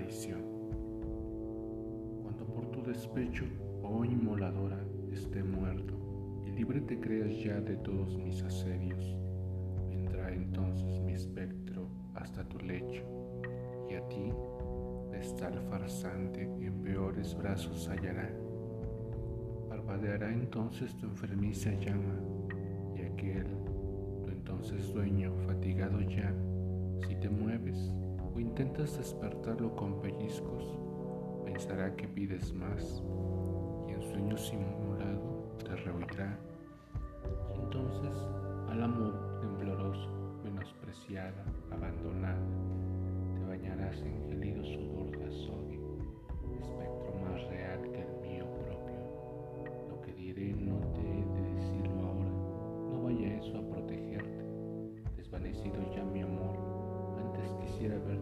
traición. Cuando por tu despecho, oh inmoladora, esté muerto, y libre te creas ya de todos mis asedios, vendrá entonces mi espectro hasta tu lecho, y a ti, vestal farsante, en peores brazos hallará. Parpadeará entonces tu enfermiza llama, y aquel, tu entonces dueño, fatigado ya, si te mueves o intentas despertarlo con pellizcos, pensará que pides más, y en sueño simulado te rehuirá. Y entonces, al amor tembloroso, menospreciada, abandonada, te bañarás en gélido sudor de azogue, espectro más real que el mío propio. Lo que diré no te he de decirlo ahora, no vaya eso a protegerte. Desvanecido ya mi amor, antes quisiera ver